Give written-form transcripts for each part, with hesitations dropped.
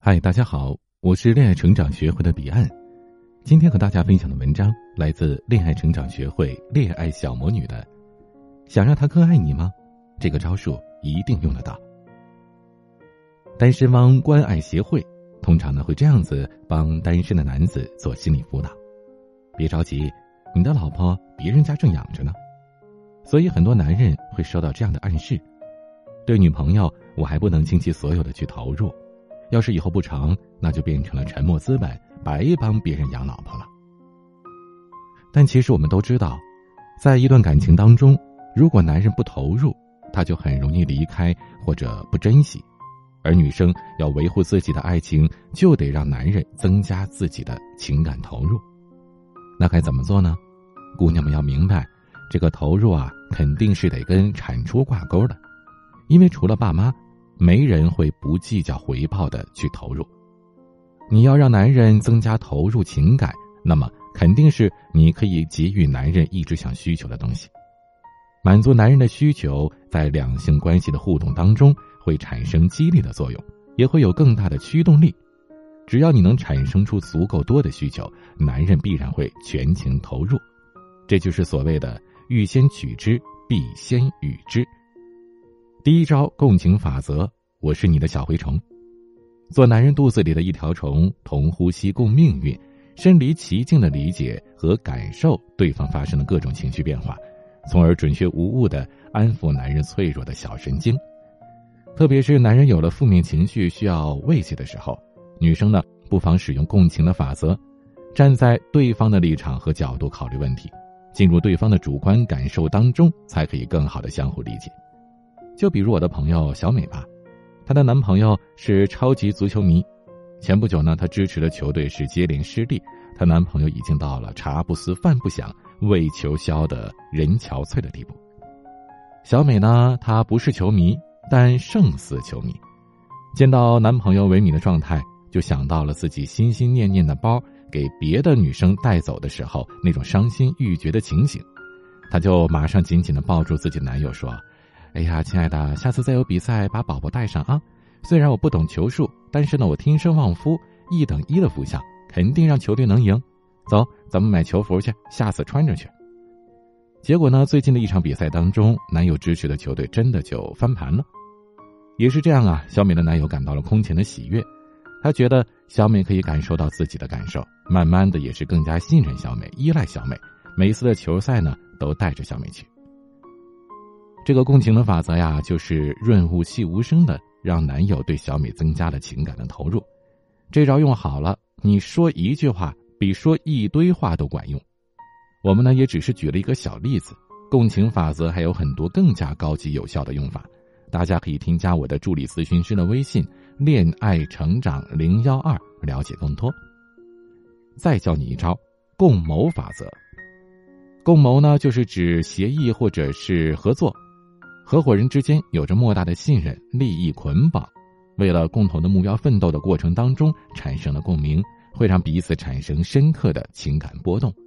嗨，大家好，我是恋爱成长学会的彼岸。今天和大家分享的文章来自恋爱成长学会恋爱小魔女的想让他更爱你吗？这个招数一定用得到。单身汪关爱协会通常会这样子帮单身的男子做心理辅导。别着急，你的老婆别人家正养着呢。所以很多男人会收到这样的暗示，对女朋友我还不能倾其所有的去投入，要是以后不成，那就变成了沉没资本，白帮别人养老婆了。但其实我们都知道，在一段感情当中，如果男人不投入，他就很容易离开或者不珍惜，而女生要维护自己的爱情，就得让男人增加自己的情感投入。那该怎么做呢？姑娘们要明白，这个投入肯定是得跟产出挂钩的，因为除了爸妈，没人会不计较回报的去投入。你要让男人增加投入情感，那么肯定是你可以给予男人一直想需求的东西。满足男人的需求，在两性关系的互动当中会产生激励的作用，也会有更大的驱动力。只要你能产生出足够多的需求，男人必然会全情投入。这就是所谓的欲先取之，必先予之。第一招共情法则，我是你的小蛔虫。做男人肚子里的一条虫，同呼吸共命运，身临其境的理解和感受对方发生的各种情绪变化，从而准确无误地安抚男人脆弱的小神经。特别是男人有了负面情绪需要慰藉的时候，女生不妨使用共情的法则，站在对方的立场和角度考虑问题，进入对方的主观感受当中，才可以更好的相互理解。就比如我的朋友小美吧，她的男朋友是超级足球迷，前不久她支持的球队是接连失利，她男朋友已经到了茶不思饭不想，为求消得人憔悴的地步。小美她不是球迷，但胜似球迷，见到男朋友萎靡的状态，就想到了自己心心念念的包给别的女生带走的时候那种伤心欲绝的情形，她就马上紧紧地抱住自己男友说，哎呀，亲爱的，下次再有比赛把宝宝带上啊！虽然我不懂球术，但是我听声望夫1:1的福相，肯定让球队能赢。走，咱们买球服去，下次穿着去。结果最近的一场比赛当中，男友支持的球队真的就翻盘了。也是这样小美的男友感到了空前的喜悦，他觉得小美可以感受到自己的感受，慢慢的也是更加信任小美，依赖小美，每次的球赛都带着小美去。这个共情的法则就是润物细无声的让男友对小美增加了情感的投入。这招用好了，你说一句话比说一堆话都管用。我们也只是举了一个小例子，共情法则还有很多更加高级有效的用法，大家可以添加我的助理咨询师的微信恋爱成长012了解更多。再教你一招共谋法则。共谋就是指协议或者是合作，合伙人之间有着莫大的信任，利益捆绑，为了共同的目标奋斗的过程当中产生了共鸣，会让彼此产生深刻的情感波动。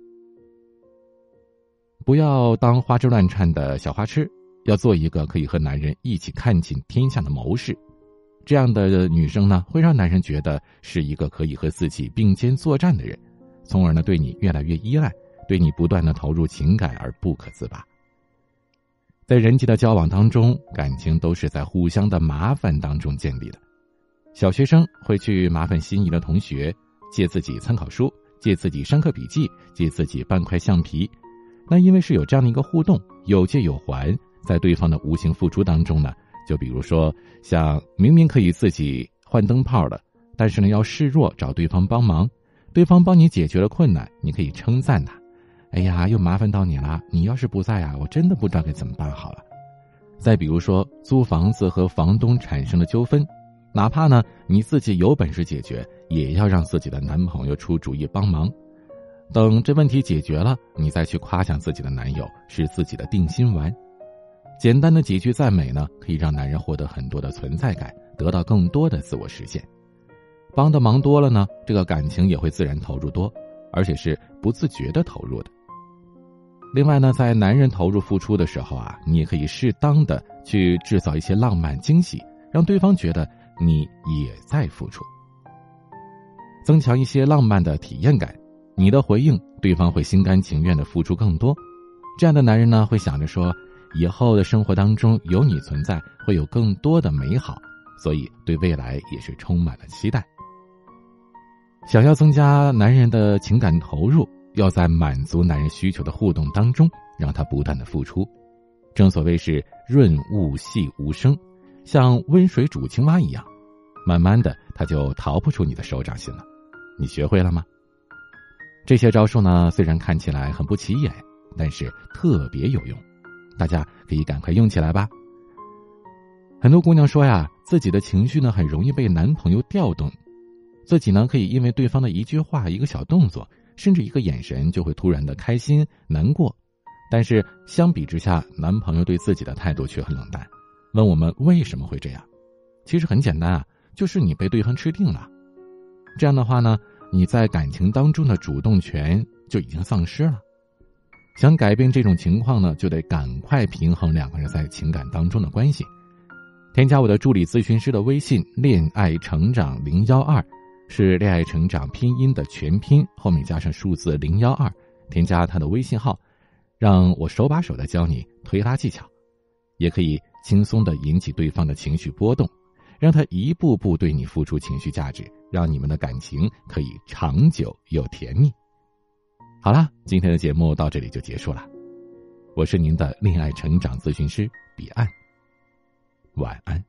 不要当花枝乱颤的小花痴，要做一个可以和男人一起看尽天下的谋士。这样的女生会让男人觉得是一个可以和自己并肩作战的人，从而对你越来越依赖，对你不断的投入情感而不可自拔。在人际的交往当中，感情都是在互相的麻烦当中建立的。小学生会去麻烦心仪的同学，借自己参考书，借自己上课笔记，借自己半块橡皮。那因为是有这样的一个互动，有借有还，在对方的无形付出当中就比如说像明明可以自己换灯泡的，但是要示弱找对方帮忙，对方帮你解决了困难，你可以称赞他，哎呀，又麻烦到你了，你要是不在我真的不知道该怎么办好了。再比如说租房子和房东产生的纠纷，哪怕你自己有本事解决，也要让自己的男朋友出主意帮忙。等这问题解决了，你再去夸奖自己的男友是自己的定心丸。简单的几句赞美可以让男人获得很多的存在感，得到更多的自我实现。帮的忙多了这个感情也会自然投入多，而且是不自觉的投入的。另外在男人投入付出的时候你也可以适当的去制造一些浪漫惊喜，让对方觉得你也在付出。 增强一些浪漫的体验感，你的回应对方会心甘情愿地付出更多。这样的男人呢，会想着说以后的生活当中有你存在，会有更多的美好，所以对未来也是充满了期待。想要增加男人的情感投入，要在满足男人需求的互动当中让他不断的付出。正所谓是润物细无声，像温水煮青蛙一样，慢慢的他就逃不出你的手掌心了。你学会了吗？这些招数呢，虽然看起来很不起眼，但是特别有用，大家可以赶快用起来吧。很多姑娘说呀，自己的情绪呢很容易被男朋友调动，自己呢可以因为对方的一句话、一个小动作，甚至一个眼神，就会突然的开心、难过。但是相比之下，男朋友对自己的态度却很冷淡。问我们为什么会这样？其实很简单啊，就是你被对方吃定了。这样的话呢，你在感情当中的主动权就已经丧失了。想改变这种情况呢，就得赶快平衡两个人在情感当中的关系。添加我的助理咨询师的微信恋爱成长012，是恋爱成长拼音的全拼后面加上数字012，添加他的微信号，让我手把手的教你推拉技巧，也可以轻松的引起对方的情绪波动，让他一步步对你付出情绪价值，让你们的感情可以长久又甜蜜。好啦，今天的节目到这里就结束了。我是您的恋爱成长咨询师彼岸，晚安。